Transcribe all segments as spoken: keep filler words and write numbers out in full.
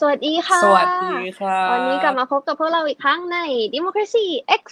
วัสดีค่สะวัสดีครัวันนี้กลับบมาพบกับพวกเราอีกครั้งใน Democracy X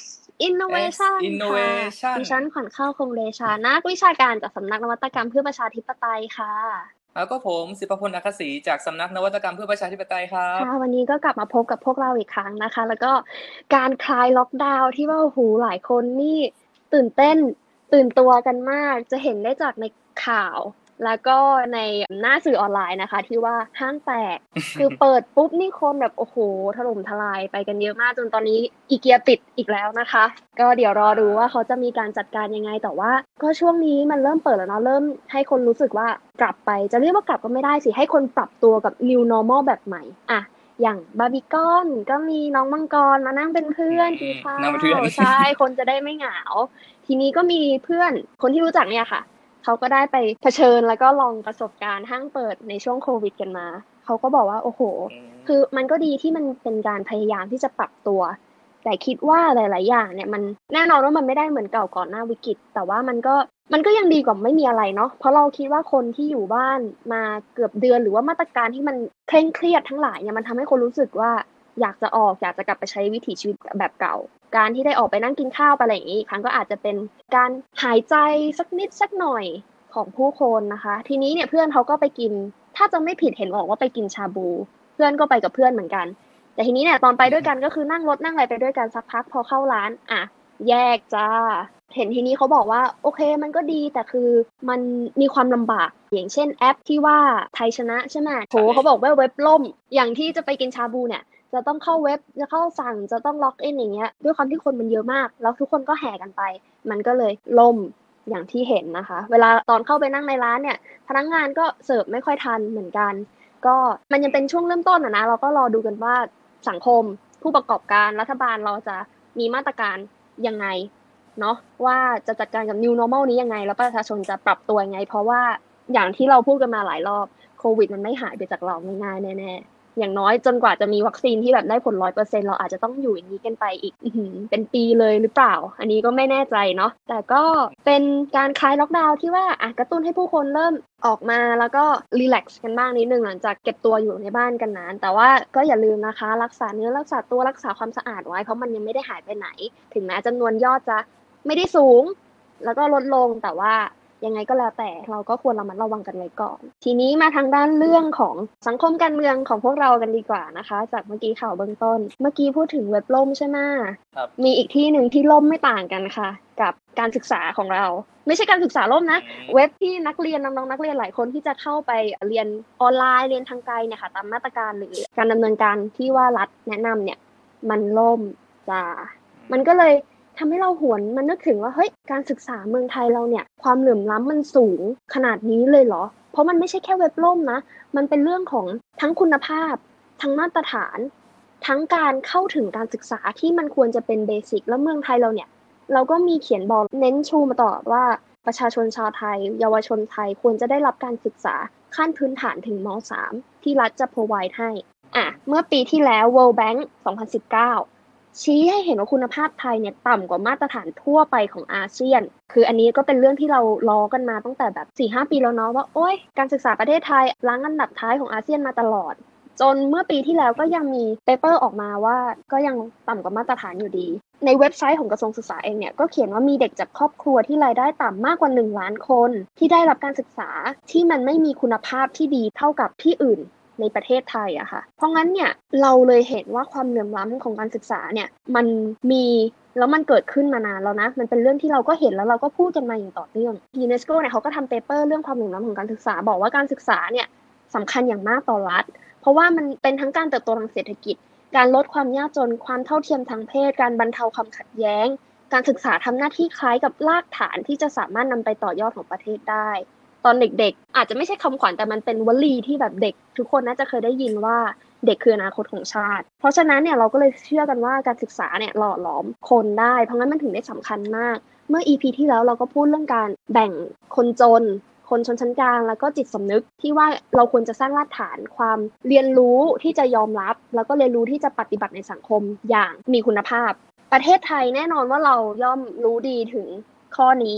X Innovation ค่ะ ดิฉัน Innovation ขวัญข้าวคงเดชา นักวิชาการจากสำนักนวัตกรรมเพื่อประชาธิปไตยค่ะแล้วก็ผมศิปพล อัคคศรีจากสำนักนวัตกรรมเพื่อประชาธิปไตยครัค่ะบวันนี้ก็กลับมาพบกับพวกเราอีกครั้งนะคะ แล้วก็การคลายล็อกดาวน์ที่ว่า โอ้โฮ หลายคนนี่ตื่นเต้น ตื่นตัวกันมาก จะเห็นได้จากในข่าว แล้วก็ในหน้าสื่อออนไลน์นะคะที่ว่าห้างแตก คือเปิดปุ๊บนี่คนแบบ โอ้โฮ ถล่มทลายไปกันเยอะมาก จนตอนนี้ IKEA ปิดอีกแล้วนะคะ ก็เดี๋ยวรอดูว่าเขาจะมีการจัดการยังไง แต่ว่าก็ช่วงนี้มันเริ่มเปิดแล้วเนาะ เริ่มให้คนรู้สึกว่ากลับไป จะเรียกว่ากลับก็ไม่ได้สิ ให้คนปรับตัวกับ New Normal แบบใหม่ อะ อย่างบาร์บีคอนก็มีน้องมังกรมานั่งเป็นเพื่อนกินข้านั่งเป็นเพื่อนว ใช่ คนจะได้ไม่เหงา ทีนี้ก็มีเพื่อนคนที่รู้จักเนี่ยค่ะ เขาก็ได้ไปเผชิญ แล้วก็ลองประสบการณ์ห้างเปิดในช่วงโควิดกันมา เขาก็บอกว่า โอ้โฮ คือมันก็ดีที่มันเป็นการพยายามที่จะปรับตัว แต่คิดว่าหลาย ๆ อย่างเนี่ยมัน แน่นอนว่ามันไม่ได้เหมือนเก่าก่อนหน้าวิกฤต แต่ว่ามันก็ มันก็ยังดีกว่าไม่มีอะไรเนาะ เพราะเราคิดว่าคนที่อยู่บ้านมาเกือบเดือน หรือว่ามาตรการที่มันเคร่งเครียดทั้งหลายเนี่ย มันทำให้คนรู้สึกว่าอยากจะออก อยากจะกลับไปใช้วิถีชีวิตแบบเก่า การที่ได้ออกไปนั่งกินข้าวไป อะไรอย่างงี้อีกครั้ง ก็อาจจะเป็นการหายใจสักนิดสักหน่อยของผู้คนนะคะ ทีนี้เนี่ยเพื่อนเขาก็ไปกิน ถ้าจำไม่ผิดเห็นบอกว่าไปกินชาบู เพื่อนก็ไปกับเพื่อนเหมือนกัน แต่ทีนี้เนี่ยตอนไปด้วยกัน ก็คือนั่งรถนั่งอะไรไปด้วยกัน สักพักพอเข้าร้าน อะ แยกจ้ะ เห็นทีนี้เขาบอกว่า โอเคมันก็ดี แต่คือมันมีความลำบาก อย่างเช่น แอปที่ว่าไทยชนะใช่ไหม โอ้โฮ เขาบอกว่าเว็บล่ม อย่างที่จะไปกินชาบูเนี่ย จะต้องเข้าเว็บ จะเข้าสั่ง จะต้อง log in อย่างเงี้ย ด้วยความที่คนมันเยอะมาก แล้วทุกคนก็แห่กันไป มันก็เลยล่มอย่างที่เห็นนะคะ เวลาตอนเข้าไปนั่งในร้านเนี่ย พนักงานก็เสิร์ฟไม่ค่อยทันเหมือนกัน ก็มันยังเป็นช่วงเริ่มต้นอะนะ เราก็รอดูกันว่าสังคม ผู้ประกอบการ รัฐบาลเราจะมีมาตรการยังไงเนาะ ว่าจะจัดการกับ New Normal นี้ยังไง แล้วประชาชนจะปรับตัวยังไง เพราะว่าอย่างที่เราพูดกันมาหลายรอบ โควิดมันไม่หายไปจากเราง่าย ๆ แน่ ๆ อย่างน้อยจนกว่าจะมีวัคซีนที่แบบได้ผล ร้อยเปอร์เซ็นต์ เราอาจจะต้องอยู่อย่างนี้กันไปอีก อื้อฮือ เป็นปีเลยหรือเปล่า อันนี้ก็ไม่แน่ใจเนาะ แต่ก็เป็นการคลายล็อกดาวน์ที่ว่า อะ กระตุ้นให้ผู้คนเริ่มออกมา แล้วก็รีแลกซ์กันบ้างนิดหนึ่ง หลังจากเก็บตัวอยู่ในบ้านกันนาน แต่ว่าก็อย่าลืมนะคะ รักษาเนื้อรักษาตัว รักษาความสะอาดไว้ เพราะมันยังไม่ได้หายไปไหน ถึงแม้จำนวนยอดจะไม่ได้สูง แล้วก็ลดลง แต่ว่ายังไงก็แล้วแต่ เราก็ควรระมัดระวังกันไว้ก่อน ทีนี้มาทางด้านเรื่องของสังคมการเมืองของพวกเรากันดีกว่านะคะ จากเมื่อกี้ข่าวเบื้องต้น เมื่อกี้พูดถึงเว็บล่มใช่ไหมครับมีอีกที่หนึ่งที่ล่มไม่ต่างกันค่ะ กับการศึกษาของเรา ไม่ใช่การศึกษาล่มนะ เว็บที่นักเรียน น้อง ๆ นักเรียนหลายคนที่จะเข้าไปเรียนออนไลน์ เรียนทางไกลเนี่ยค่ะ ตามมาตรการหรือการดำเนินการที่ว่ารัฐแนะนำเนี่ย มันล่มจ้ะ มันก็เลยทำให้เราหวนมานึกถึงว่า เฮ้ย การศึกษาเมืองไทยเราเนี่ย ความเหลื่อมล้ำมันสูงขนาดนี้เลยเหรอ เพราะมันไม่ใช่แค่เว็บล่มนะ มันเป็นเรื่องของทั้งคุณภาพ ทั้งมาตรฐาน ทั้งการเข้าถึงการศึกษาที่มันควรจะเป็นเบสิก แล้วเมืองไทยเราเนี่ย เราก็มีเขียนบอก เน้นชูมาตลอดว่า ประชาชนชาวไทย เยาวชนไทยควรจะได้รับการศึกษาขั้นพื้นฐานถึงม. สาม ที่รัฐจะ provide ให้ อะ เมื่อปีที่แล้ว World Bank สองพันสิบเก้า ชี้ให้เห็นว่าคุณภาพไทยเนี่ยต่ำกว่ามาตรฐานทั่วไปของอาเซียน คืออันนี้ก็เป็นเรื่องที่เราล้อกันมาตั้งแต่แบบ สี่ห้า ปีแล้วเนาะว่า โอ๊ย การศึกษาประเทศไทยรั้งอันดับท้ายของอาเซียนมาตลอด จนเมื่อปีที่แล้วก็ยังมีเปเปอร์ออกมาว่า ก็ยังต่ำกว่ามาตรฐานอยู่ดี ในเว็บไซต์ของกระทรวงศึกษาเองเนี่ย ก็เขียนว่ามีเด็กจากครอบครัวที่รายได้ต่ำมากกว่า หนึ่ง ล้านคน ที่ได้รับการศึกษาที่มันไม่มีคุณภาพที่ดีเท่ากับที่อื่นในประเทศไทยอะค่ะ เพราะงั้นเนี่ยเราเลยเห็นว่าความเหลื่อมล้ำของการศึกษาเนี่ยมันมี แล้วมันเกิดขึ้นมานานแล้วนะ มันเป็นเรื่องที่เราก็เห็น แล้วเราก็พูดกันมาอย่างต่อเนื่อง ยูเนสโกเนี่ยเขาก็ทำเปเปอร์เรื่องความเหลื่อมล้ำของการศึกษา บอกว่าการศึกษาเนี่ยสำคัญอย่างมากต่อรัฐ เพราะว่ามันเป็นทั้งการเติบโตทางเศรษฐกิจ การลดความยากจน ความเท่าเทียมทางเพศ การบรรเทาความขัดแย้ง การศึกษาทำหน้าที่คล้ายกับรากฐานที่จะสามารถนำไปต่อยอดของประเทศได้ ตอนเด็ก ๆ อาจจะไม่ใช่คำขวัญ แต่มันเป็นวลีที่แบบเด็กทุกคนน่าจะเคยได้ยินว่า เด็กคืออนาคตของชาติ เพราะฉะนั้นเนี่ยเราก็เลยเชื่อกันว่าการศึกษาเนี่ยหล่อหลอมคนได้ เพราะงั้นมันถึงได้สำคัญมาก เมื่อ อี พี ที่แล้วเราก็พูดเรื่องการแบ่งคนจน คนชนชั้นกลาง แล้วก็จิตสำนึกที่ว่าเราควรจะสร้างรากฐานความเรียนรู้ที่จะยอมรับ แล้วก็เรียนรู้ที่จะปฏิบัติในสังคมอย่างมีคุณภาพ ประเทศไทยแน่นอนว่าเราย่อมรู้ดีถึงข้อนี้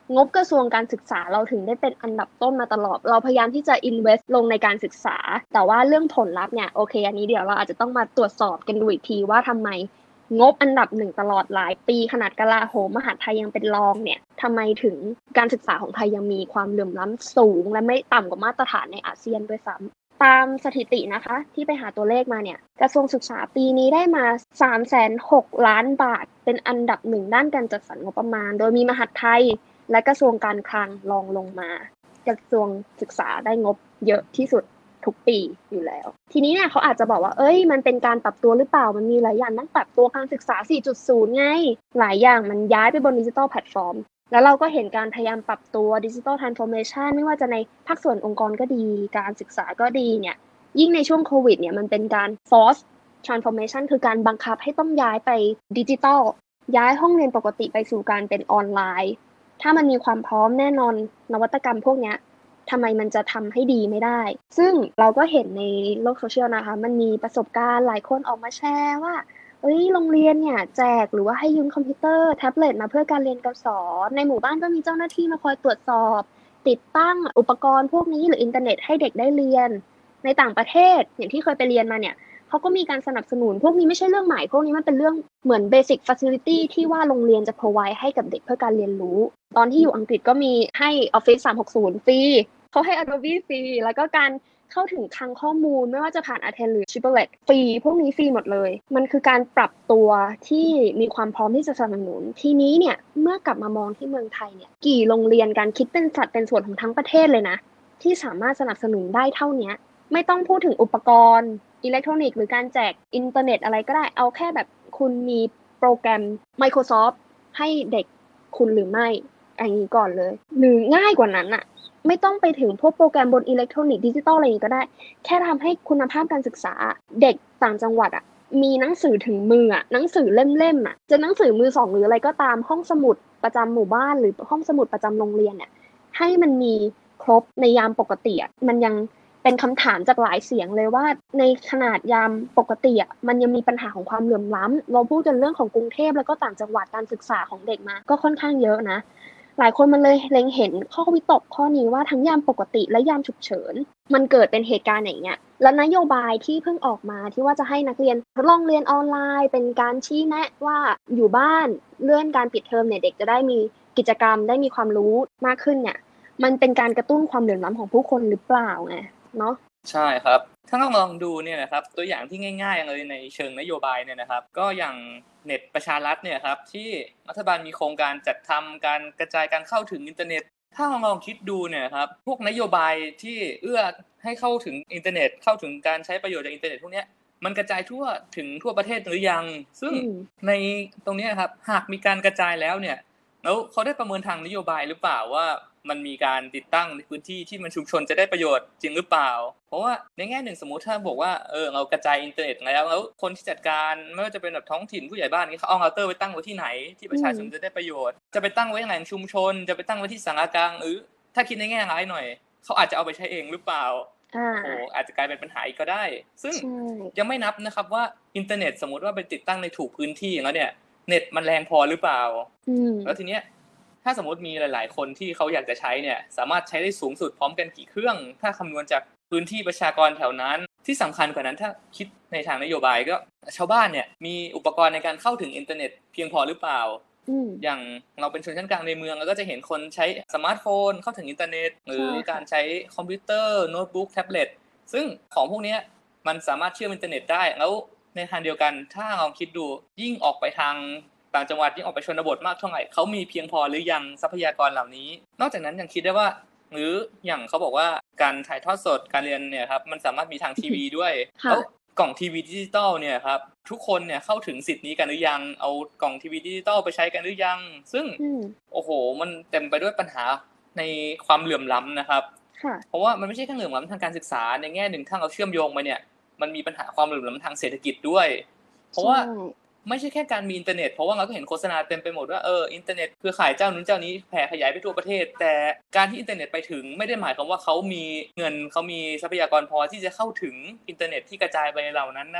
งบกระทรวงการศึกษาเราถึงได้เป็นอันดับต้นมาตลอดเราพยายามที่จะ invest ลงในการศึกษาแต่ว่าเรื่องผลลัพธ์เนี่ยโอเคอันนี้เดี๋ยวเราอาจจะต้องมาตรวจสอบกันดูอีกทีว่าทำไมงบอันดับหนึ่งตลอดหลายปีขนาดกลาโหมมหาดไทยยังเป็นรองเนี่ยทำไมถึงการศึกษาของไทยยังมีความเหลื่อมล้ำสูงและไม่ต่ำกว่ามาตรฐานในอาเซียนด้วยซ้ำตามสถิตินะคะที่ไปหาตัวเลขมาเนี่ยกระทรวงศึกษาปีนี้ได้มา สามแสนหก ล้านบาทเป็นอันดับหนึ่งด้านการจัดสรรงบประมาณโดยมีมหาดไทยและกระทรวงการคลังรองลงมากระทรวงศึกษาได้งบเยอะที่สุดทุกปีอยู่แล้วทีนี้เนี่ยเขาอาจจะบอกว่าเอ้ยมันเป็นการปรับตัวหรือเปล่ามันมีหลายอย่างต้องปรับตัวการศึกษา สี่จุดศูนย์ ไงหลายอย่างมันย้ายไปบนดิจิทัลแพลตฟอร์มแล้วเราก็เห็นการพยายามปรับตัวดิจิทัลทรานส์ฟอร์เมชันไม่ว่าจะในภาคส่วนองค์กรก็ดีการศึกษาก็ดีเนี่ยยิ่งในช่วงโควิดเนี่ยมันเป็นการ force transformation คือการบังคับให้ต้องย้ายไปดิจิทัลย้ายห้องเรียนปกติไปสู่การเป็นออนไลน์ถ้ามันมีความพร้อมแน่นอนนวัตกรรมพวกนี้ทำไมมันจะทำให้ดีไม่ได้ซึ่งเราก็เห็นในโลกโซเชียลนะคะมันมีประสบการณ์หลายคนออกมาแชร์ว่าเอ้ยโรงเรียนเนี่ยแจกหรือว่าให้ยืมคอมพิวเตอร์แท็บเล็ตมาเพื่อการเรียนการสอนในหมู่บ้านก็มีเจ้าหน้าที่มาคอยตรวจสอบติดตั้งอุปกรณ์พวกนี้หรืออินเทอร์เน็ตให้เด็กได้เรียนในต่างประเทศอย่างที่เคยไปเรียนมาเนี่ยเขาก็มีการสนับสนุนพวกนี้ไม่ใช่เรื่องใหม่พวกนี้มันเป็นเรื่องเหมือน basic facility ที่ว่าโรงเรียนจะ provide ให้กับเด็กเพื่อการเรียนรู้ตอนที่อยู่อังกฤษก็มีให้ Office สามหกศูนย์ฟรีเขาให้ Adobe ฟรีแล้วก็การเข้าถึงคลังข้อมูลไม่ว่าจะผ่าน Attend หรือ Shibboleth ฟรีพวกนี้ฟรีหมดเลยมันคือการปรับตัวที่มีความพร้อมที่จะสนับสนุนทีนี้เนี่ยเมื่อกลับมามองที่เมืองไทยเนี่ยกี่โรงเรียนการคิดเป็นสัดเป็นส่วนของทั้งประเทศเลยนะที่สามารถสนับสนุนได้เท่านี้ไม่ต้องพูดถึงอุปกรณ์อิเล็กทรอนิกส์หรือการแจกอินเทอร์เน็ตอะไรก็ได้เอาแค่แบบคุณมีโปรแกรม Microsoft ให้เด็กคุณหรือไม่อย่างนี้ก่อนเลยหรือง่ายกว่านั้นอะไม่ต้องไปถึงพวกโปรแกรมบนอิเล็กทรอนิกส์ดิจิตอลอะไรอย่างนี้ก็ได้แค่ทำให้คุณภาพการศึกษาเด็กต่างจังหวัดอะมีหนังสือถึงมืออะหนังสือเล่มๆอะจะหนังสือมือสองหรืออะไรก็ตามห้องสมุดประจำหมู่บ้านหรือห้องสมุดประจำโรงเรียนเนี่ยให้มันมีครบในยามปกติอะมันยังเป็นคำถามจากหลายเสียงเลยว่าในขนาดยามปกติอ่ะมันยังมีปัญหาของความเหลื่อมล้ำเราพูดกันเรื่องของกรุงเทพแล้วก็ต่างจังหวัดการศึกษาของเด็กมาก็ค่อนข้างเยอะนะหลายคนมันเลยเล็งเห็นข้อวิตกข้อนี้ว่าทั้งยามปกติและยามฉุกเฉินมันเกิดเป็นเหตุการณ์อย่างเงี้ยและนโยบายที่เพิ่งออกมาที่ว่าจะให้นักเรียนทดลองเรียนออนไลน์เป็นการชี้แนะว่าอยู่บ้านเลื่อนการปิดเทอมเนี่ยเด็กจะได้มีกิจกรรมได้มีความรู้มากขึ้นเนี่ยมันเป็นการกระตุ้นความเหลื่อมล้ำของผู้คนหรือเปล่าไงเนาะใช่ครับถ้าลองลองดูเนี่ยนะครับตัวอย่างที่ง่ายๆเลยในเชิงนโยบายเนี่ยนะครับก็อย่างเน็ตประชารัฐเนี่ยครับที่รัฐบาลมีโครงการจัดทำการกระจายการเข้าถึงอินเทอร์เน็ตถ้าลองลองคิดดูเนี่ยครับพวกนโยบายที่เอื้อให้เข้าถึงอินเทอร์เน็ตเข้าถึงการใช้ประโยชน์จากอินเทอร์เน็ตพวกนี้มันกระจายทั่วถึงทั่วประเทศหรือยังซึ่งในตรงนี้ครับหากมีการกระจายแล้วเนี่ยแล้วเขาได้ประเมินทางนโยบายหรือเปล่าว่ามันมีการติดตั้งในพื้นที่ที่มันชุมชนจะได้ประโยชน์จริงหรือเปล่าเพราะว่าในแง่หนึ่งสมมุติถ้าบอกว่าเออเรากระจายอินเทอร์เน็ตแล้วแล้วคนที่จัดการไม่ว่าจะเป็นแบบท้องถิ่นผู้ใหญ่บ้านนี้เขาเอาเราเตอร์ไปตั้งไว้ที่ไหนที่ประชาชนจะได้ประโยชน์จะไปตั้งไว้ในแหล่งชุมชนจะไปตั้งไว้ที่สารกลางหรือถ้าคิดในแง่ร้ายหน่อยเขาอาจจะเอาไปใช้เองหรือเปล่าโอ้โหอาจจะกลายเป็นปัญหาอีกก็ได้ซึ่งยังไม่นับนะครับว่าอินเทอร์เน็ตสมมุติว่าไปติดตั้งในถูกพื้นที่แล้วเนี่ยเน็ตมันแรงพอหรือเปล่าแล้วทีเนี้ยถ้าสมมติมีหลายๆคนที่เขาอยากจะใช้เนี่ยสามารถใช้ได้สูงสุดพร้อมกันกี่เครื่องถ้าคำนวณจากพื้นที่ประชากรแถวนั้นที่สำคัญกว่านั้นถ้าคิดในทางนโยบายก็ชาวบ้านเนี่ยมีอุปกรณ์ในการเข้าถึงอินเทอร์เน็ตเพียงพอหรือเปล่าอย่างเราเป็นชนชั้นกลางในเมืองเราก็จะเห็นคนใช้สมาร์ทโฟนเข้าถึงอินเทอร์เน็ตหรือการใช้คอมพิวเตอร์โน้ตบุ๊กแท็บเล็ตซึ่งของพวกนี้มันสามารถเชื่อมอินเทอร์เน็ตได้แล้วในทางเดียวกันถ้าลองคิดดูยิ่งออกไปทางต่างจังหวัดยิ่งออกไปชนบทมากเท่าไหร่เขามีเพียงพอหรือยังทรัพยากรเหล่านี้นอกจากนั้นยังคิดได้ว่าหรืออย่างเขาบอกว่าการถ่ายทอดสดการเรียนเนี่ยครับมันสามารถมีทางทีวีด้วยแล้วกล่องทีวีดิจิตอลเนี่ยครับทุกคนเนี่ยเข้าถึงสิทธิ์นี้กันหรือยังเอากล่องทีวีดิจิตอลไปใช้กันหรือยังซึ่งโอ้โหมันเต็มไปด้วยปัญหาในความเหลื่อมล้ำนะครับเพราะว่ามันไม่ใช่แค่เหลื่อมล้ำทางการศึกษาในแง่หนึ่งถ้าเราเชื่อมโยงไปเนี่ยมันมีปัญหาความเหลื่อมล้ำทางเศรษฐกิจด้วยเพราะว่าไม่ใช่แค่การมีอินเทอร์เน็ตเพราะว่าเราก็เห็นโฆษณาเต็มไปหมดว่าเอออินเทอร์เน็ตเครือข่ายเจ้านู้นเจ้านี้แผ่ขยายไปทั่วประเทศแต่การที่อินเทอร์เน็ตไปถึงไม่ได้หมายความว่าเขามีเงินเขามีทรัพยากรพอที่จะเข้าถึงอินเทอร์เน็ตที่กระจายไปเหล่านั้นนะครับ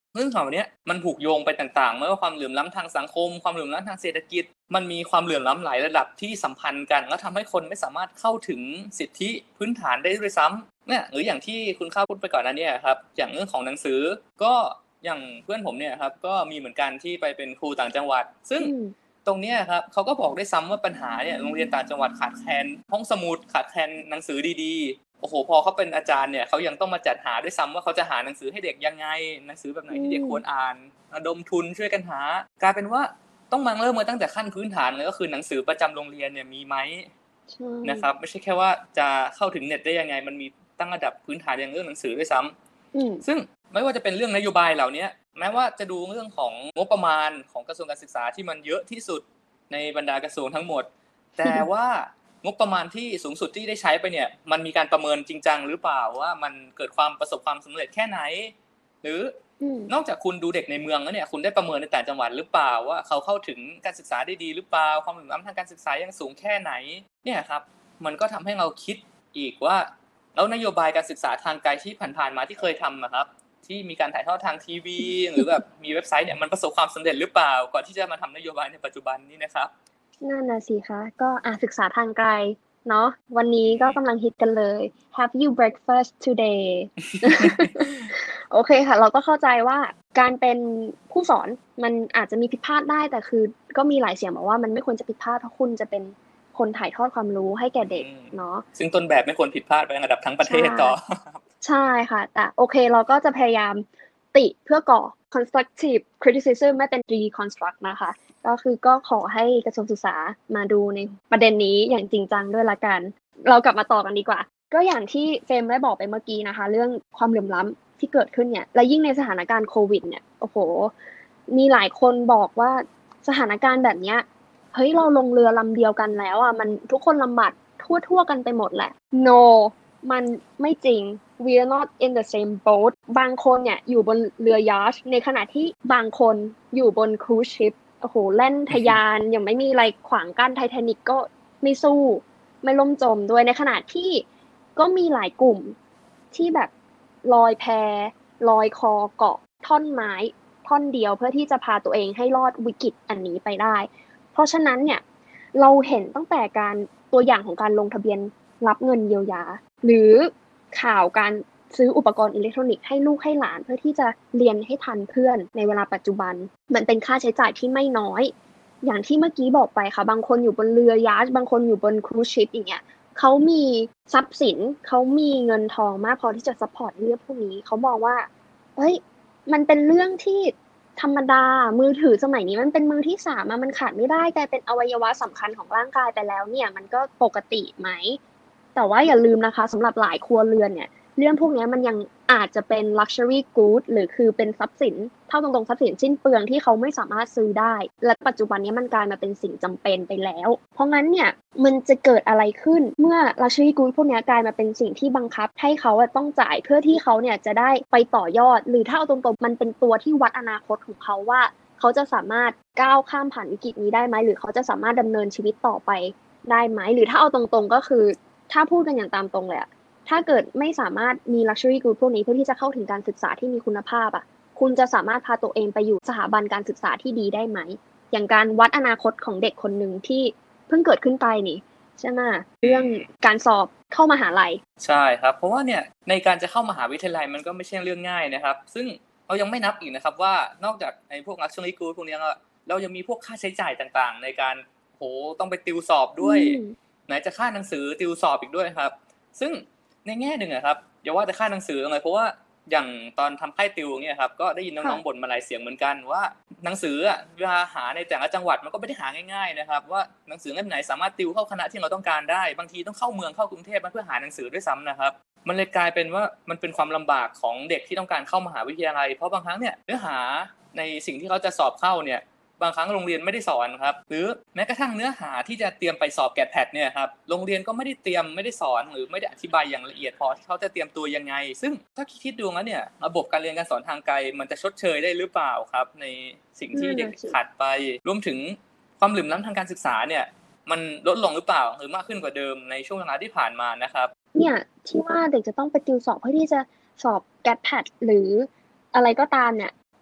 เรื่องเหล่าเนี้ยมันผูกโยงไปต่างๆไม่ว่าความเหลื่อมล้ำทางสังคมความเหลื่อมล้ำทางเศรษฐกิจมันมีความเหลื่อมล้ำหลายระดับที่สัมพันธ์กันแล้วทำให้คนไม่สามารถเข้าถึงสิทธิพื้นฐานได้ด้วยซ้ำเนี่ยหรืออย่างที่คุณข้าวพูดไปก่อนหน้านี้ครับอย่างเรื่องของหนังสือก็อย่างเพื่อนผมเนี่ยครับก็มีเหมือนกันที่ไปเป็นครูต่างจังหวัดซึ่งตรงเนี้ยครับเขาก็บอกได้ซ้ำว่าปัญหาเนี่ยโรงเรียนต่างจังหวัดขาดแคลนห้องสมุดขาดแคลนหนังสือดีๆโอ้โหพอเขาเป็นอาจารย์เนี่ยเขายังต้องมาจัดหาด้วยซ้ำว่าเขาจะหาหนังสือให้เด็กยังไงหนังสือแบบไหนที่เด็กควรอ่านระดมทุนช่วยกันหากลายเป็นว่าต้องมาเริ่มมาตั้งแต่ขั้นพื้นฐานเลยก็คือหนังสือประจำโรงเรียนเนี่ยมีไหมนะครับไม่ใช่แค่ว่าจะเข้าถึงเน็ตได้ยังไงมันมีตั้งระดับพื้นฐานอย่างเรื่องหนังสือด้วยซ้ำซึ่งไม่ว่าจะเป็นเรื่องนโยบายเหล่านี้แม้ว่าจะดูเรื่องของงบประมาณของกระทรวงการศึกษาที่มันเยอะที่สุดในบรรดากระทรวงทั้งหมดแต่ว่างบประมาณที่สูงสุดที่ได้ใช้ไปเนี่ยมันมีการประเมินจริงจังหรือเปล่าว่ามันเกิดความประสบความสำเร็จแค่ไหนหรือนอกจากคุณดูเด็กในเมืองแล้วเนี่ยคุณได้ประเมินในต่างจังหวัดหรือเปล่าว่าเขาเข้าถึงการศึกษาได้ดีหรือเปล่าความเหลื่อมล้ำทางการศึกษายังสูงแค่ไหนเนี่ยครับมันก็ทำให้เราคิดอีกว่าแล้วนโยบายการศึกษาทางไกลที่ผ่านๆมาที่เคยทำนะครับที่มีการถ่ายทอดทางทีวีหรือแบบมีเว็บไซต์เนี่ยมันประสบความสำเร็จหรือเปล่าก่อนที่จะมาทำนโยบายในปัจจุบันนี้นะครับนั่นน่ะสิคะก็อ่ะศึกษาทางไกลเนาะวันนี้ก็กำลังฮิตกันเลย Have you breakfast today โอเคค่ะเราก็เข้าใจว่าการเป็นผู้สอนมันอาจจะมีผิดพลาดได้แต่คือก็มีหลายเสียงบอกว่ามันไม่ควรจะผิดพลาดเพราะคุณจะเป็นคนถ่ายทอดความรู้ให้แก่เด็กเนาะซึ่งต้นแบบไม่ควรผิดพลาดไปในระดับทั้งประเทศต่อใช่ค่ะแต่โอเคเราก็จะพยายามติเพื่อก่อ constructive criticism ไม่เป็น deconstruct นะคะก็คือก็ขอให้กระทรวงศึกษามาดูในประเด็นนี้อย่างจริงจังด้วยละกันเรากลับมาต่อกันดีกว่าก็อย่างที่เฟรมได้บอกไปเมื่อกี้นะคะเรื่องความเหลื่อมล้ำที่เกิดขึ้นเนี่ยและยิ่งในสถานการณ์โควิดเนี่ยโอ้โหมีหลายคนบอกว่าสถานการณ์แบบเนี้ยเฮ้ยเราลงเรือลำเดียวกันแล้วอ่ะมันทุกคนลำบากทั่วๆกันไปหมดแหละ no มันไม่จริง we are not in the same boat บางคนเนี่ยอยู่บนเรือยอชท์ในขณะที่บางคนอยู่บนครูซชิปโอ้โหแล่นทะยานยังไม่มีอะไรขวางกั้นไททานิกก็ไม่สู้ไม่ล่มจมด้วยในขณะที่ก็มีหลายกลุ่มที่แบบลอยแพลอยคอเกาะท่อนไม้ท่อนเดียวเพื่อที่จะพาตัวเองให้รอดวิกฤตอันนี้ไปได้เพราะฉะนั้นเนี่ยเราเห็นตั้งแต่การตัวอย่างของการลงทะเบียนรับเงินเยียวยาหรือข่าวการซื้ออุปกรณ์อิเล็กทรอนิกส์ให้ลูกให้หลานเพื่อที่จะเรียนให้ทันเพื่อนในเวลาปัจจุบันมันเป็นค่าใช้จ่ายที่ไม่น้อยอย่างที่เมื่อกี้บอกไปค่ะบางคนอยู่บนเรือยาชบางคนอยู่บนครูซชิปอย่างเงี้ยเขามีทรัพย์สินเขามีเงินทองมากพอที่จะซัพพอร์ตเรื่องพวกนี้เขามองว่าเฮ้ยมันเป็นเรื่องที่ธรรมดามือถือสมัยนี้มันเป็นมือที่สามมันขาดไม่ได้กลายเป็นอวัยวะสำคัญของร่างกายไปแล้วเนี่ยมันก็ปกติไหมแต่ว่าอย่าลืมนะคะสำหรับหลายครัวเรือนเนี่ยเรื่องพวกนี้มันยังอาจจะเป็น luxury good หรือคือเป็นทรัพย์สินเท่าตรงๆทรัพย์สินสิ้นเปลืองที่เขาไม่สามารถซื้อได้และปัจจุบันนี้มันกลายมาเป็นสิ่งจำเป็นไปแล้วเพราะงั้นเนี่ยมันจะเกิดอะไรขึ้นเมื่อ luxury good พวกนี้กลายมาเป็นสิ่งที่บังคับให้เขาต้องจ่ายเพื่อที่เขาเนี่ยจะได้ไปต่อยอดหรือถ้าเอาตรงๆมันเป็นตัวที่วัดอนาคตของเขาว่าเขาจะสามารถก้าวข้ามผ่านวิกฤตนี้ได้ไหมหรือเขาจะสามารถดำเนินชีวิตต่อไปได้ไหมหรือถ้าเอาตรงๆก็คือถ้าพูดกันอย่างตามตรงเลยอะถ้าเกิดไม่สามารถมี luxury good พวกนี้เพื่อที่จะเข้าถึงการศึกษาที่มีคุณภาพอ่ะคุณจะสามารถพาตัวเองไปอยู่สถาบันการศึกษาที่ดีได้ไหมอย่างการวัดอนาคตของเด็กคนหนึ่งที่เพิ่งเกิดขึ้นไปนี่ใช่ไหมเรื่องการสอบเข้ามหาลัยใช่ครับเพราะว่าเนี่ยในการจะเข้ามหาวิทยาลัยมันก็ไม่ใช่เรื่องง่ายนะครับซึ่งเรายังไม่นับอีกนะครับว่านอกจากไอ้พวก luxury good พวกนี้เรายังมีพวกค่าใช้จ่ายต่างๆในการโหต้องไปติวสอบด้วยไหนจะค่าหนังสือติวสอบอีกด้วยครับซึ่งในแง่หนึ่งอะครับอย่าว่าแต่ค่าหนังสือเลยเพราะว่าอย่างตอนทำค่ายติวเนี่ยครับก็ได้ยินน้องๆบ่นมาหลายเสียงเหมือนกันว่าหนังสืออะเวลาหาในแต่ละจังหวัดมันก็ไม่ได้หาง่ายๆนะครับว่าหนังสือเล่มไหนสามารถติวเข้าคณะที่เราต้องการได้บางทีต้องเข้าเมืองเข้ากรุงเทพมาเพื่อหาหนังสือด้วยซ้ำนะครับมันเลยกลายเป็นว่ามันเป็นความลำบากของเด็กที่ต้องการเข้ามหาวิทยาลัยเพราะบางครั้งเนี่ยเนื้อหาในสิ่งที่เขาจะสอบเข้าเนี่ยบางครั้งโรงเรียนไม่ได้สอนครับหรือแม้กระทั่งเนื้อหาที่จะเตรียมไปสอบแกดแพดเนี่ยครับโรงเรียนก็ไม่ได้เตรียมไม่ได้สอนหรือไม่ได้อธิบายอย่างละเอียดพอที่เขาจะเตรียมตัวยังไงซึ่งถ้าคิดดูแล้วเนี่ยระบบการเรียนการสอนทางไกลมันจะชดเชยได้หรือเปล่าครับในสิ่งที่เด็กขาดไปรวมถึงความเหลื่อมล้ำทางการศึกษาเนี่ยมันลดลงหรือเปล่าหรือมากขึ้นกว่าเดิมในช่วงเวลาที่ผ่านมานะครับเนี่ยที่ว่าเด็กจะต้องไปติวสอบเพื่อที่จะสอบแกดแพดหรืออะไรก็ตามเนี่ย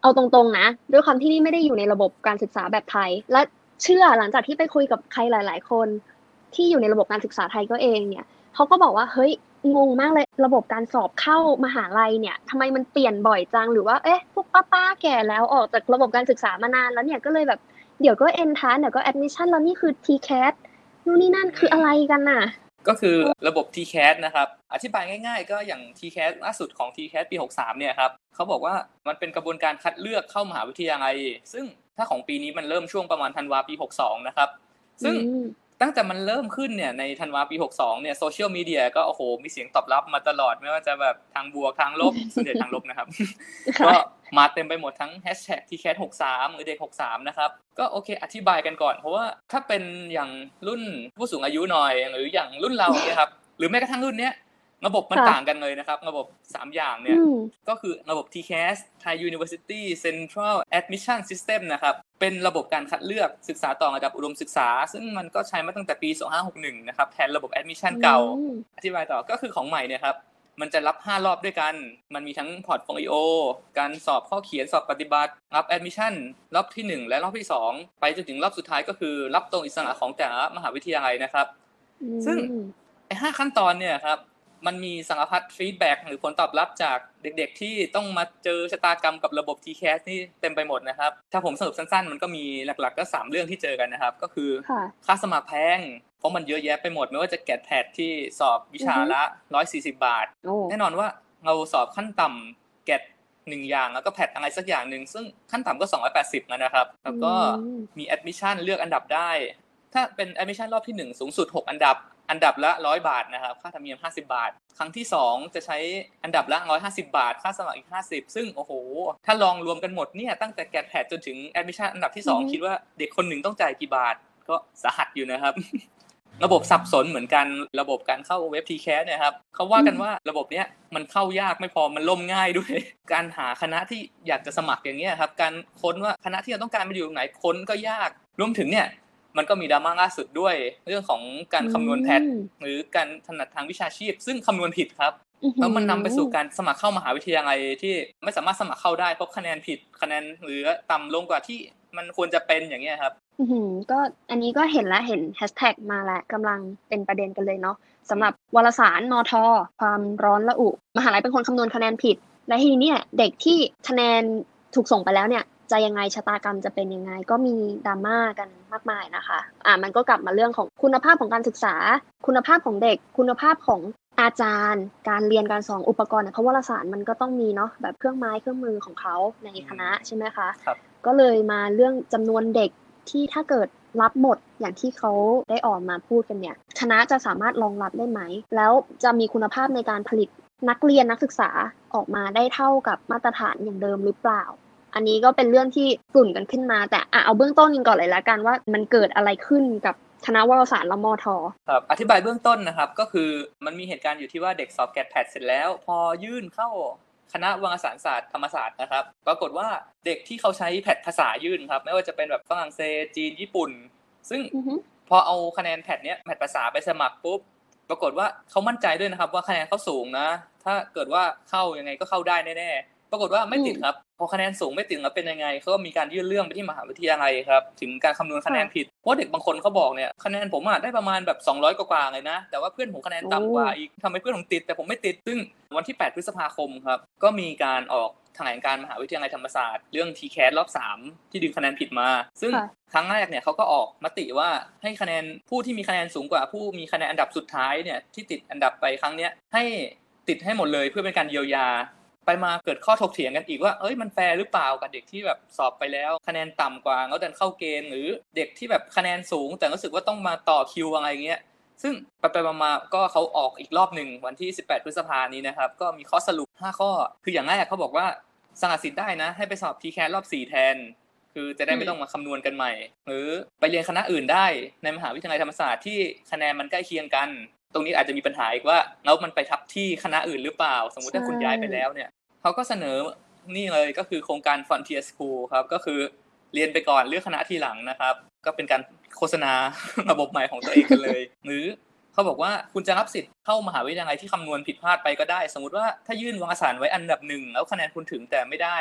เอาตรงๆนะด้วยความที่นี่ไม่ได้อยู่ในระบบการศึกษาแบบไทยและเชื่อหลังจากที่ไปคุยกับใครหลายๆคนที่อยู่ในระบบการศึกษาไทยก็เองเนี่ยเขาก็บอกว่าเฮ้ยงงมากเลยระบบการสอบเข้ามหาลัยเนี่ยทำไมมันเปลี่ยนบ่อยจังหรือว่าเอ๊ะพวกป้าๆแก่แล้วออกจากระบบการศึกษามานานแล้วเนี่ยก็เลยแบบเดี๋ยวก็ Entrance เดี๋ยวก็ Admission แล้วนี่คือ ที แคท นู่นนี่นั่นคืออะไรกันน่ะก็คือระบบ ที แคท นะครับอธิบายง่ายๆก็อย่าง ที แคท ล่าสุดของ ที แคท ปี หกสิบสามเนี่ยครับเขาบอกว่ามันเป็นกระบวนการคัดเลือกเข้ามหาวิทยาลัยซึ่งถ้าของปีนี้มันเริ่มช่วงประมาณธันวาปีหกสิบสองนะครับซึ่งตั้งแต่มันเริ่มขึ้นเนี่ยในธันวาปีหกสิบสองเนี่ยโซเชียลมีเดียก็โอ้โหมีเสียงตอบรับมาตลอดไม่ว่าจะแบบทางบวกทางลบส่วนใหญ่ทางลบนะครับก็มาเต็มไปหมดทั้ง แฮชแท็ก ที แคท หกสิบสาม หรือเด็กหกสิบสามนะครับก็โอเคอธิบายกันก่อนเพราะว่าถ้าเป็นอย่างรุ่นผู้สูงอายุหน่อยหรืออย่างรุ่นเราเนี่ยครับหรือแม้กระทั่งรุ่นเนี้ยระบบมันต่างกันเลยนะครับระบบสามอย่างเนี่ยก็คือระบบ ที แคท Thai University Central Admission System นะครับเป็นระบบการคัดเลือกศึกษาต่อระดับอุดมศึกษาซึ่งมันก็ใช้มาตั้งแต่ปีสองพันห้าร้อยหกสิบเอ็ดนะครับแทนระบบ Admission เก่าอธิบายต่อก็คือของใหม่เนี่ยครับมันจะรับห้ารอบด้วยกันมันมีทั้งพอร์ตโฟลิโอการสอบข้อเขียนสอบปฏิบัติรับ Admission รอบที่หนึ่งและรอบที่สองไปจนถึงรอบสุดท้ายก็คือรับตรงอิสระของแต่ละมหาวิทยาลัยนะครับซึ่งไอ้ห้าขั้นตอนเนี่ยครับมันมีสารพัดฟีดแบ็กหรือผลตอบรับจากเด็กๆที่ต้องมาเจอชะตากรรมกับระบบ ที แคท นี่เต็มไปหมดนะครับถ้าผมสรุปสั้นๆมันก็มีหลักๆก็สามเรื่องที่เจอกันนะครับก็คือค่าสมัครแพงเพราะมันเยอะแยะไปหมดไม่ว่าจะแกดแพดที่สอบวิชาละหนึ่งร้อยสี่สิบบาทแน่นอนว่าเราสอบขั้นต่ำแกดหนึ่งอย่างแล้วก็แพดอะไรสักอย่างนึงซึ่งขั้นต่ำก็สองร้อยแปดสิบนะครับแล้วก็มีแอดมิชชั่นเลือกอันดับได้ถ้าเป็นแอดมิชชั่นรอบที่หนึ่งสูงสุดหกอันดับอันดับละหนึ่งร้อยบาทนะครับค่าธรรมเนียมห้าสิบบาทครั้งที่สองจะใช้อันดับละหนึ่งร้อยห้าสิบบาทค่าสมัครอีกห้าสิบซึ่งโอ้โหถ้าลองรวมกันหมดเนี่ยตั้งแต่แกดแพดจนถึงแอดมิชชั่นอันดับที่สองคิดว่าเด็กคนหนึ่งต้องจ่ายกี่บาทก็สาหัสอยู่นะครับ ระบบสับสนเหมือนกันระบบการเข้าเว็บ ที แคท เนี่ยครับเขาว่ากันว่าระบบเนี้ยมันเข้ายากไม่พอมันล่มง่ายด้วยการหาคณะที่อยากจะสมัครอย่างเงี้ยครับการค้นว่าคณะที่เราต้องการมันอยู่ตรงไหนค้นก็ยากรวมถึงเนี่ยมันก็มีดราม่าล่าสุดด้วยเรื่องของการคำนวณแพทหรือการถนัดทางวิชาชีพซึ่งคำนวณผิดครับแล้วมันนำไปสู่การสมัครเข้ามหาวิทยาลัยที่ไม่สามารถสมัครเข้าได้เพราะคะแนนผิดคะแนนหรือต่ำลงกว่าที่มันควรจะเป็นอย่างเงี้ยครับอือก็อันนี้ก็เห็นแล้วเห็นแฮชแท็กมาแล้วกำลังเป็นประเด็นกันเลยเนาะสำหรับวารสารมทความร้อนระอุมหาลัยเป็นคนคำนวณคะแนนผิดและทีนี้เนี่ยเด็กที่คะแนนถูกส่งไปแล้วเนี่ยจะยังไงชะตากรรมจะเป็นยังไงก็มีดราม่ากันมากมายนะคะอ่ามันก็กลับมาเรื่องของคุณภาพของการศึกษาคุณภาพของเด็กคุณภาพของอาจารย์การเรียนการสอนอุปกรณ์เพราะวารสารมันก็ต้องมีเนาะแบบเครื่องไม้เครื่องมือของเขาในคณะใช่ไหมคะครับก็เลยมาเรื่องจำนวนเด็กที่ถ้าเกิดรับหมดอย่างที่เขาได้ออกมาพูดกันเนี่ยคณะจะสามารถรองรับได้ไหมแล้วจะมีคุณภาพในการผลิตนักเรียนนักศึกษาออกมาได้เท่ากับมาตรฐานอย่างเดิมหรือเปล่าอันนี้ก็เป็นเรื่องที่กลุ่นกันขึ้นมาแต่อ่ะเอาเบื้องต้นกันก่อนเลยละกันว่ามันเกิดอะไรขึ้นกับคณะวารสารและมท. ครับอธิบายเบื้องต้นนะครับก็คือมันมีเหตุการณ์อยู่ที่ว่าเด็กสอบแกดแพดเสร็จแล้วพอยื่นเข้าคณะวารสารศาสตร์ธรรมศาสตร์นะครับปรากฏว่าเด็กที่เขาใช้แพดภาษายื่นครับไม่ว่าจะเป็นแบบฝรั่งเศสจีนญี่ปุ่นซึ่ง uh-huh. พอเอาคะแนนแพดเนี้ยแพดภาษาไปสมัครปุ๊บปรากฏว่าเขามั่นใจด้วยนะครับว่าคะแนนเขาสูงนะถ้าเกิดว่าเข้ายังไงก็เข้าได้แน่ๆปรากฏว่าไม่ติดครับพอคะแนนสูงไม่ติดแล้วเป็นยังไงเขาก็มีการยื่นเรื่องไปที่มหาวิทยาลัยครับถึงการคำนวณคะแนนผิดเพราะเด็กบางคนเขาบอกเนี่ยคะแนนผมอ่ะได้ประมาณแบบสองร้อยกว่าๆเลยนะแต่ว่าเพื่อนผมคะแนนต่ำกว่าอีกทำไมเพื่อนผมติดแต่ผมไม่ติดซึ่งวันที่แปดพฤษภาคมครับก็มีการออกแถลงการมหาวิทยาลัยธรรมศาสตร์เรื่อง ที แคท รอบสามที่ดึงคะแนนผิดมาซึ่งครั้งแรกเนี่ยเขาก็ออกมติว่าให้คะแนนผู้ที่มีคะแนนสูงกว่าผู้มีคะแนนอันดับสุดท้ายเนี่ยที่ติดอันดับไปครั้งเนี้ยให้ติดให้หมดเลยเพื่อเป็นการเยียวยาไปมาเกิดข้อถกเถียงกันอีกว่าเอ้ยมันแฟร์หรือเปล่ากับเด็กที่แบบสอบไปแล้วคะแนนต่ำกว่าแล้วดันเข้าเกณฑ์หรือเด็กที่แบบคะแนนสูงแต่รู้สึกว่าต้องมาต่อคิวอะไรเงี้ยซึ่งไปไปมาๆก็เขาออกอีกรอบนึงวันที่สิบแปดพฤษภาคมนี้นะครับก็มีข้อสรุปห้าข้อคืออย่างแรกเขาบอกว่าสละสิทธิ์ได้นะให้ไปสอบ ที แคท รอบสี่แทนคือจะได้ไม่ต้องมาคำนวณกันใหม่หรือไปเรียนคณะอื่นได้ในมหาวิทยาลัยธรรมศาสตร์ที่คะแนนมันใกล้เคียงกันตรงนี้อาจจะมีปัญหาอีกว่าแล้วมันไปทับที่คณะอื่นหรือเปล่าสมมุติถ้าคุณย้ายไปแล้วเนี่ยเขาก็เสนอนี่เลยก็คือโครงการ Frontier School ครับก็คือเรียนไปก่อนเลือกคณะทีหลังนะครับก็เป็นการโฆษณาระบบใหม่ของตัวเองกันเลยหรือเขาบอกว่าคุณจะรับสิทธิ์เข้ามหาวิทยาลัยที่คำนวณผิดพลาดไปก็ได้สมมุติว่าถ้ายื่นวารสารไว้อันดับหนึ่งแล้วคะแนนคุณถึงแต่ไม่ได้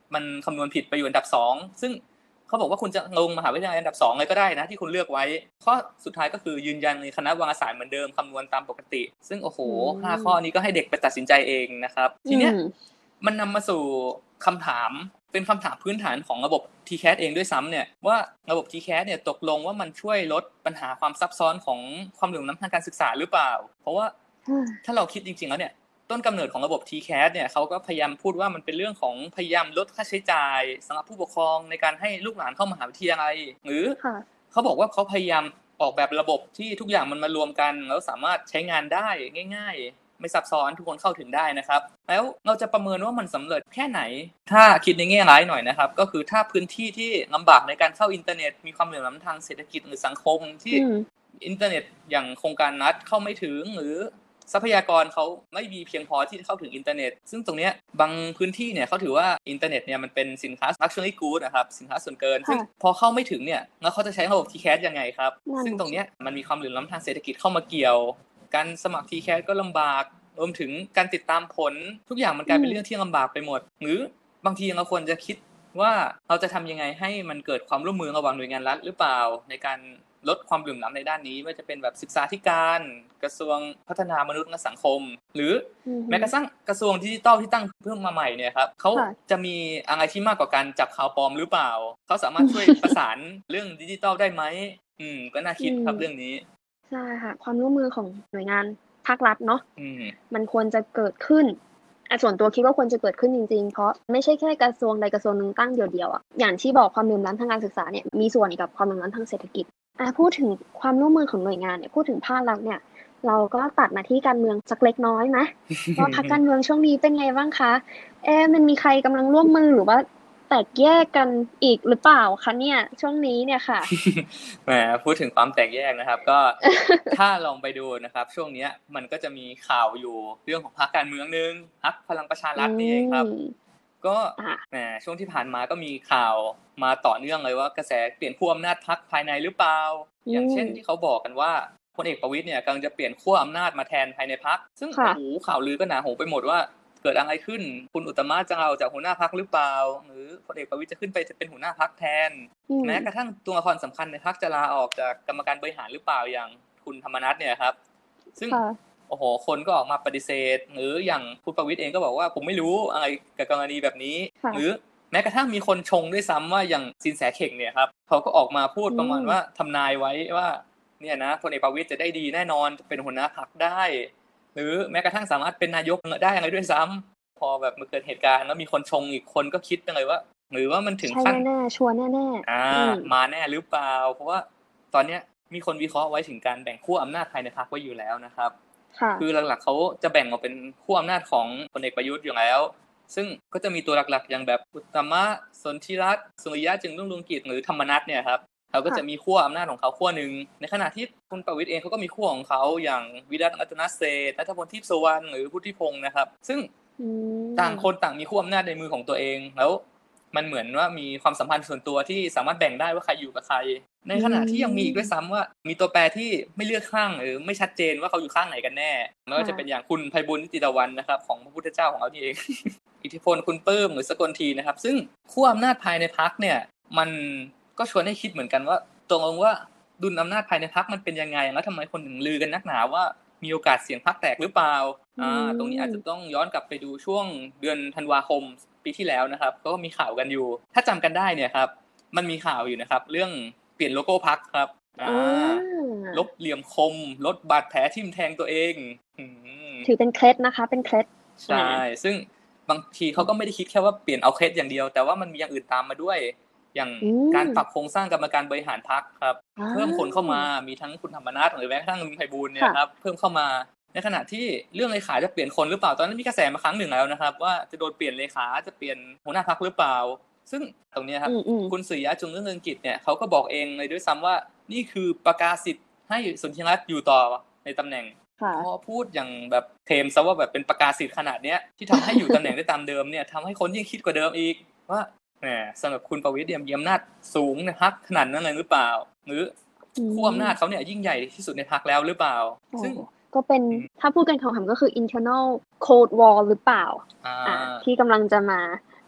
มันคำนวณผิดไปอยู่อันดับสองซึ่งเขาบอกว่าคุณจะลงมหาวิทยาลัยอันดับสองเลยก็ได้นะที่คุณเลือกไว้ข้อสุดท้ายก็คือยืนยันในคณะวารสารเหมือนเดิมคำนวณตามปกติซึ่งโอ้โหห้าข้อนี้ก็ให้เด็กไปตัดสินใจเองนะครับทีเนี้ยมันนำมาสู่คำถามเป็นคำถามพื้นฐานของระบบ ที แคท เองด้วยซ้ำเนี่ยว่าระบบ ที แคท เนี่ยตกลงว่ามันช่วยลดปัญหาความซับซ้อนของความเหลื่อมล้ำทางการศึกษาหรือเปล่าเพราะว่าถ้าเราคิดจริงๆแล้วเนี่ยต้นกำเนิดของระบบ ที แคท เนี่ยเขาก็พยายามพูดว่ามันเป็นเรื่องของพยายามลดค่าใช้จ่ายสำหรับผู้ปกครองในการให้ลูกหลานเข้ามหาวิทยาลัยหรือเขาบอกว่าเขาพยายามออกแบบระบบที่ทุกอย่างมันมารวมกันแล้วสามารถใช้งานได้ง่ายๆไม่ซับซ้อนทุกคนเข้าถึงได้นะครับแล้วเราจะประเมินว่ามันสำเร็จแค่ไหนถ้าคิดในแง่ร้ายหน่อยนะครับก็คือถ้าพื้นที่ที่ลำบากในการเข้าอินเทอร์เน็ตมีความเหลื่อมล้ำทางเศรษฐกิจหรือสังคมที่อินเทอร์เน็ตอย่างโครงการรัฐเข้าไม่ถึงหรือทรัพยากรเขาไม่มีเพียงพอที่จะเข้าถึงอินเทอร์เน็ตซึ่งตรงเนี้ยบางพื้นที่เนี่ยเขาถือว่าอินเทอร์เน็ตเนี่ยมันเป็นสินค้า luxury good นะครับสินค้าส่วนเกินซึ่งพอเข้าไม่ถึงเนี่ยแล้วเขาจะใช้ระบบ ที แคท ยังไงครับซึ่งตรงเนี้ยมันมีความเหลื่อมล้ำทางเศรษฐกิจเข้ามาเกี่ยวการสมัคร ที แคท ก็ลำบากรวมถึงการติดตามผลทุกอย่างมันกลายเป็นเรื่องที่ลำบากไปหมดหรือบางทีเราควรจะคิดว่าเราจะทำยังไงให้มันเกิดความร่วมมือระหว่างหน่วยงานรัฐหรือเปล่าในการลดความเหลื่อมล้ำในด้านนี้ไม่ว่าจะเป็นแบบศึกษาธิการกระทรวงพัฒนามนุษย์และสังคมหรือแม้กระทั่งกระทรวงดิจิทัลที่ตั้งเพิ่มมาใหม่เนี่ยครับเขาจะมีอะไรที่มากกว่าการจับข่าวปลอมหรือเปล่าเขาสามารถช่วยประสานเรื่องดิจิทัลได้ไหมอืมก็น่าคิดครับเรื่องนี้ใช่ค่ะความร่วมมือของหน่วยงานภาครัฐเนาะมันควรจะเกิดขึ้นส่วนตัวคิดว่าควรจะเกิดขึ้นจริงๆเพราะไม่ใช่แค่กระทรวงใดกระทรวงนึงตั้งเดียวๆอ่ะอย่างที่บอกความเหลื่อมล้ำทางการศึกษาเนี่ยมีส่วนกับความเหลื่อมล้ำทางเศรษฐกิจอ่ะพูดถึงความร่วมมือของหน่วยงานเนี่ยพูดถึงภาครัฐเนี่ยเราก็ตัดมาที่การเมืองสักเล็กน้อยนะว่าพรรคการเมืองช่วงนี้เป็นไงบ้างคะเอ๊ะมันมีใครกำลังร่วมมือหรือว่าแตกแยกกันอีกหรือเปล่าคะเนี่ยช่วงนี้เนี่ยค่ะแหมพูดถึงความแตกแยกนะครับก็ถ้าลองไปดูนะครับช่วงนี้มันก็จะมีข่าวอยู่เรื่องของพรรคการเมืองนึงพรรคพลังประชารัฐนี่เองครับก็แหมช่วงที่ผ่านมาก็มีข่าวมาต่อเนื่องเลยว่ากระแสเปลี่ยนขั้วอำนาจพรรคภายในหรือเปล่าอย่างเช่นที่เขาบอกกันว่าพลเอกประวิตรเนี่ยกำลังจะเปลี่ยนขั้วอำนาจมาแทนภายในพรรคซึ่งโอ้โหข่าวลือก็หนาหูไปหมดว่าเกิดอะไรขึ้นคุณอุตตมะจะเอาจากหัวหน้าพรรคหรือเปล่าหรือพลเอกประวิตรจะขึ้นไปจะเป็นหัวหน้าพรรคแทนแม้กระทั่งตัวละครสำคัญในพรรคจะลาออกจากกรรมการบริหารหรือเปล่าอย่างคุณธรรมนัสเนี่ยครับซึ่งโอ้โหคนก็ออกมาปฏิเสธหรืออย่างคุณประวิตรเองก็บอกว่าผมไม่รู้อะไรกับกรณีแบบนี้หรือแม้กระทั่งมีคนชงด้วยซ้ำว่าอย่างสินแสเข่งเนี่ยครับเขาก็ออกมาพูดประมาณว่าทำนายไว้ว่าเนี่ยนะพลเอกประวิตรจะได้ดีแน่นอนจะเป็นหัวหน้าพรรคได้หรือแม้กระทั่งสามารถเป็นนายกได้อะไรด้วยซ้ำพอแบบมันเกิดเหตุการณ์แล้วมีคนชงอีกคนก็คิดไปเลยว่าหรือว่ามันถึงขั้นแน่ๆชัวร์แน่ๆอ่ามาแน่หรือเปล่าเพราะว่าตอนเนี้ยมีคนวิเคราะห์ไว้ถึงการแบ่งขั้วอำนาจภายในพรรคไว้อยู่แล้วนะครับคือหลักๆเขาจะแบ่งออกเป็นขั้วอำนาจของพลเอกประยุทธ์อยู่แล้วซึ่งก็จะมีตัวหลักๆอย่างแบบอุตตมะสนธิรัตน์สุริยะจึงรุ่งเรืองกิจหรือธรรมนัสเนี่ยครับเขาก็จะมีขั้วอำนาจของเขาขั้วนึงในขณะที่คุณประวิตรเองเขาก็มีขั้วของเขาอย่างวิรัติรัตนเศรษฐ์ณัฐพลทิพย์สุวรรณหรือพุทธิพงษ์นะครับซึ่งต่างคนต่างมีขั้วอำนาจในมือของตัวเองแล้วมันเหมือนว่ามีความสัมพันธ์ส่วนตัวที่สามารถแบ่งได้ว่าใครอยู่กับใครในขณะที่ยังมีอีกด้วยซ้ำว่ามีตัวแปรที่ไม่เลือกข้างหรือไม่ชัดเจนว่าเขาอยู่ข้างไหนกันแน่ไม่ว่าจะเป็นอย่างคุณไพบูลย์นิติตะวันนะครับของพระพุทธเจ้าของเราที่เอง อิทธิพลคุณปื้มหรือสกลทีนะครับซึ่งขั้วอำนาจภายในพรรคเนี่ยมันก็ชวนให้คิดเหมือนกันว่าตรงว่าดุลอำนาจภายในพรรคมันเป็นยังไงแล้วทำไมคนถึงลือกันนักหนาว่ามีโอกาสเสี่ยงพรรคแตกหรือเปล่าอ่าตรงนี้อาจจะต้องย้อนกลับไปดูช่วงเดือนธันวาคมปีที่แล้วนะครับก็มีข่าวกันอยู่ถ้าจำกันได้เนี่ยครับมันมีข่าวอยู่นะครับเรื่องเปลี่ยนโลโก้พรรคครับอ่าลบเหลี่ยมคมลดบาดแผลทิ่มแทงตัวเองถือเป็นเคล็ดนะคะเป็นเคล็ดใช่ซึ่งบางทีเขาก็ไม่ได้คิดแค่ว่าเปลี่ยนเอาเคล็ดอย่างเดียวแต่ว่ามันมีอย่างอื่นตามมาด้วยอย่างการปรับโครงสร้างกรรมการบริหารพรรคครับเพิ่มคนเข้ามามีทั้งคุณธรรมนัสหรือแม้กระทั่งลุงไพบูลย์เนี่ยครับเพิ่มเข้ามาในขณะที่เรื่องเลขาจะเปลี่ยนคนหรือเปล่าตอนนั้นมีกระแสมาครั้งหนึ่งแล้วนะครับว่าจะโดนเปลี่ยนเลขาจะเปลี่ยนหัวหน้าพรรคหรือเปล่าซึ่งตรงนี้ครับคุณสุริยะจึงรุ่งเรืองกิจเนี่ยเขาก็บอกเองเลยด้วยซ้ำว่านี่คือประกาศสิทธิ์ให้สนธิรัตน์อยู่ต่อในตำแหน่งพอพูดอย่างแบบเทมซะว่าแบบเป็นประกาศสิทธิ์ขนาดเนี้ยที่ทำให้อยู่ตำแหน่งได้ตามเดิมเนี่ยทำให้คนยิ่งคิดกว่าเดิมอีกว่าแหมสำหรับคุณประวิตรมีอำนาจสูงในพรรคขนาดนั้นเลยหรือเปล่าหรือขั้วอำนาจเขาเนี่ยยิ่งใหญ่ที่สุดในพรรคแล้วหรือเปล่าซึ่งก็เป็นถ้าพูดกันคำๆก็คือ internal cold war หรือเปล่าอ่าที่กำลังจะมา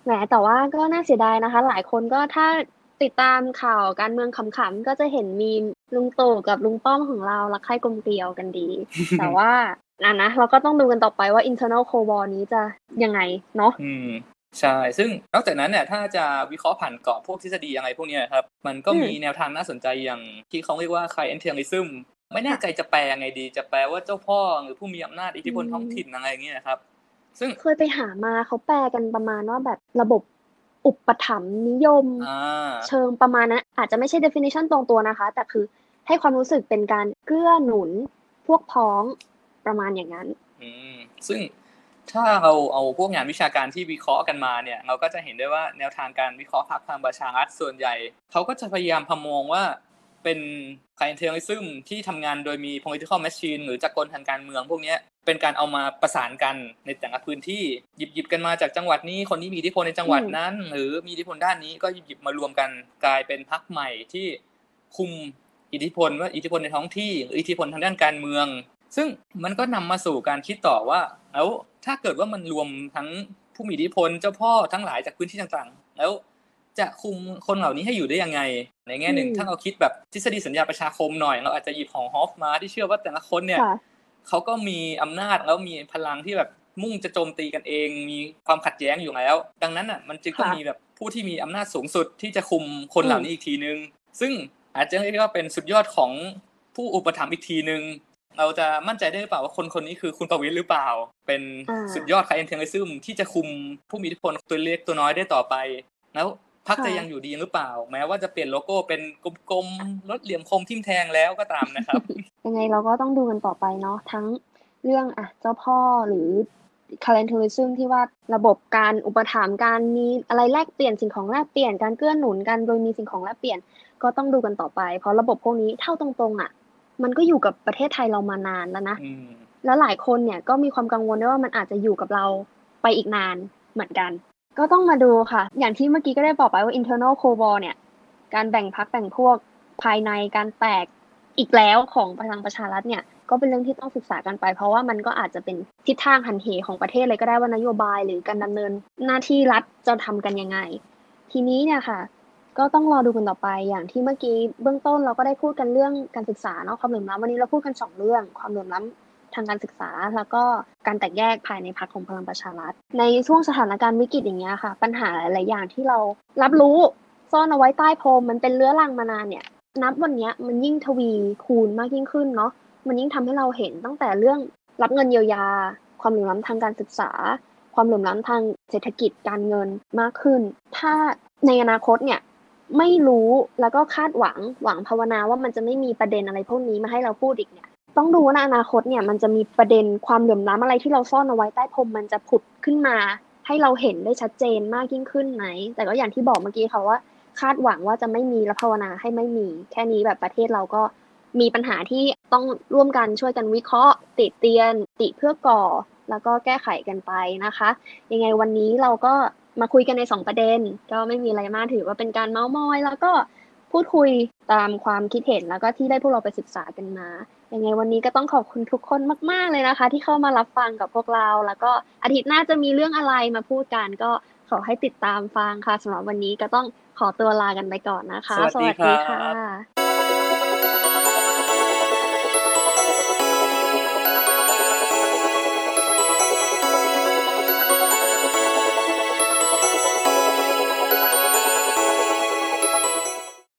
แหมแต่ว่าก็น่าเสียดายนะคะ หลายคนก็ถ้าติดตามข่าวการเมืองขำๆก็จะเห็นมีมลุงตู่กับลุงป้อมของเรารักใคร่กลมเกลียวกันดี แต่ว่าอ่ะนะเราก็ต้องดูกันต่อไปว่า internal cold war นี้จะยังไงเนาะอืมใช่ซึ่งนอกจากนั้นเนี่ยถ้าจะวิเคราะห์ผ่านกรอบพวกทฤษฎีอะไรพวกเนี้ยครับมันก็อืมมีแนวทางน่าสนใจอย่างที่เขาเรียกว่า clientelism ไม่แน่ใจจะแปลยังไงดี จะแปลว่าเจ้าพ่อหรือผู้มีอำนาจอิทธิพลท้องถิ่นอะไรอย่างเงี้ยครับซึ่งเคยไปหามาเขาแปลกันประมาณว่าแบบระบบอุปถัมภ์นิยมอ่าเชิงประมาณนั้นอาจจะไม่ใช่ definition ตรงตัวนะคะ แต่คือให้ความรู้สึกเป็นการเกื้อหนุนพวกพ้องประมาณอย่างนั้นอืมซึ่งถ้าเราเอาพวกงานวิชาการที่วิเคราะห์กันมาเนี่ยเราก็จะเห็นได้ว่าแนวทางการวิเคราะห์พรรคพลังประชารัฐส่วนใหญ่เขาก็จะพยายามพะมองว่าเป็น clientelism ที่ทำงานโดยมี political machine หรือจักรกลทางการเมืองพวกนี้เป็นการเอามาประสานกันในแต่ละพื้นที่หยิบหยิบกันมาจากจังหวัดนี้คนนี้มีอิทธิพลในจังหวัดนั้นหรือมีอิทธิพลด้านนี้ก็หยิบหยิบมารวมกันกลายเป็นพรรคใหม่ที่คุมอิทธิพลว่าอิทธิพลในท้องที่หรืออิทธิพลทางด้านการเมืองซึ่งมันก็นำมาสู่การคิดต่อว่าแล้วถ้าเกิดว่ามันรวมทั้งผู้มีอิทธิพลเจ้าพ่อทั้งหลายจากพื้นที่ต่างๆแล้วจะคุมคนเหล่านี้ให้อยู่ได้ยังไงในแง่หนึ่งถ้าเราคิดแบบทฤษฎีสัญญาประชาคมหน่อยเราอาจจะหยิบของฮอฟมาที่เชื่อว่าแต่ละคนเนี่ยเขาก็มีอำนาจแล้วมีพลังที่แบบมุ่งจะโจมตีกันเองมีความขัดแย้งอยู่แล้วดังนั้นอ่ะมันจึงต้องมีแบบผู้ที่มีอำนาจสูงสุดที่จะคุมคนเหล่านี้อีกทีนึงซึ่งอาจจะเรียกว่าเป็นสุดยอดของผู้อุปถัมภ์อีกทีนึงเราจะมั่นใจได้หรือเปล่าว่าคนคนนี้คือคุณประวิตรหรือเปล่าเป็นสุดยอด clientelism ที่จะคุมผู้มีอิทธิพลตัวเล็กตัวน้อยได้ต่อไปแล้วพรรคจะยังอยู่ดีหรือเปล่าแม้ว่าจะเปลี่ยนโลโก้เป็นกลมๆลดเหลี่ยมคมทิ่มแทงแล้วก็ตามนะครับยังไงเราก็ต้องดูกันต่อไปเนาะทั้งเรื่องอ่ะเจ้าพ่อหรือ clientelism ที่ว่าระบบการอุปถัมภ์การมีอะไรแลกเปลี่ยนสิ่งของแลกเปลี่ยนการเกื้อหนุนกันโดยมีสิ่งของแลกเปลี่ยนก็ต้องดูกันต่อไปเพราะระบบพวกนี้เท่าตรงๆอ่ะมันก็อยู่กับประเทศไทยเรามานานแล้วนะแล้วหลายคนเนี่ยก็มีความกังวลด้วยว่ามันอาจจะอยู่กับเราไปอีกนานเหมือนกันก็ต้องมาดูค่ะอย่างที่เมื่อกี้ก็ได้บอกไปว่า internal cold war เนี่ยการแบ่งพรรคแบ่งพวกภายในการแตกอีกแล้วของพลังประชารัฐเนี่ยก็เป็นเรื่องที่ต้องศึกษากันไปเพราะว่ามันก็อาจจะเป็นทิศทางหันเหของประเทศเลยก็ได้ว่านโยบายหรือการดำเนินหน้าที่รัฐจะทำกันยังไงทีนี้เนี่ยค่ะก็ต้องรอดูกันต่อไปอย่างที่เมื่อกี้เบื้องต้นเราก็ได้พูดกันเรื่องการศึกษาเนาะความเหลื่อมล้ำวันนี้เราพูดกันสองเรื่องความเหลื่อมล้ำทางการศึกษาแล้วก็การแตกแยกภายในพรรคของพลังประชารัฐในช่วงสถานการณ์วิกฤตอย่างเงี้ยค่ะปัญหาหลายๆอย่างที่เรารับรู้ซ่อนเอาไว้ใต้พรมมันเป็นเรื้อรังมานานเนี่ยนับวันนี้มันยิ่งทวีคูณมากยิ่งขึ้นเนาะมันยิ่งทำให้เราเห็นตั้งแต่เรื่องรับเงินเยียวยาความเหลื่อมล้ำทางการศึกษาความเหลื่อมล้ำทางเศรษฐกิจการเงินมากขึ้นถ้าในอนาคตเนี่ยไม่รู้แล้วก็คาดหวังหวังภาวนาว่ามันจะไม่มีประเด็นอะไรพวกนี้มาให้เราพูดอีกเนี่ยต้องดูว่าในอนาคตเนี่ยมันจะมีประเด็นความเหลื่อมล้ำอะไรที่เราซ่อนเอาไว้ใต้พรมมันจะผุดขึ้นมาให้เราเห็นได้ชัดเจนมากยิ่งขึ้นไหมแต่ก็อย่างที่บอกเมื่อกี้ค่ะว่าคาดหวังว่าจะไม่มีและภาวนาให้ไม่มีแค่นี้แบบประเทศเราก็มีปัญหาที่ต้องร่วมกันช่วยกันวิเคราะห์ติเตียนติเพื่อก่อแล้วก็แก้ไขกันไปนะคะยังไงวันนี้เราก็มาคุยกันในสองประเด็นก็ไม่มีอะไรมากถือว่าเป็นการเม้ามอยแล้วก็พูดคุยตามความคิดเห็นแล้วก็ที่ได้พวกเราไปศึกษากันมายังไงวันนี้ก็ต้องขอบคุณทุกคนมากๆเลยนะคะที่เข้ามารับฟังกับพวกเราแล้วก็อาทิตย์หน้าจะมีเรื่องอะไรมาพูดกันก็ขอให้ติดตามฟังค่ะสำหรับวันนี้ก็ต้องขอตัวลากันไปก่อนนะคะสวัสดีค่ะ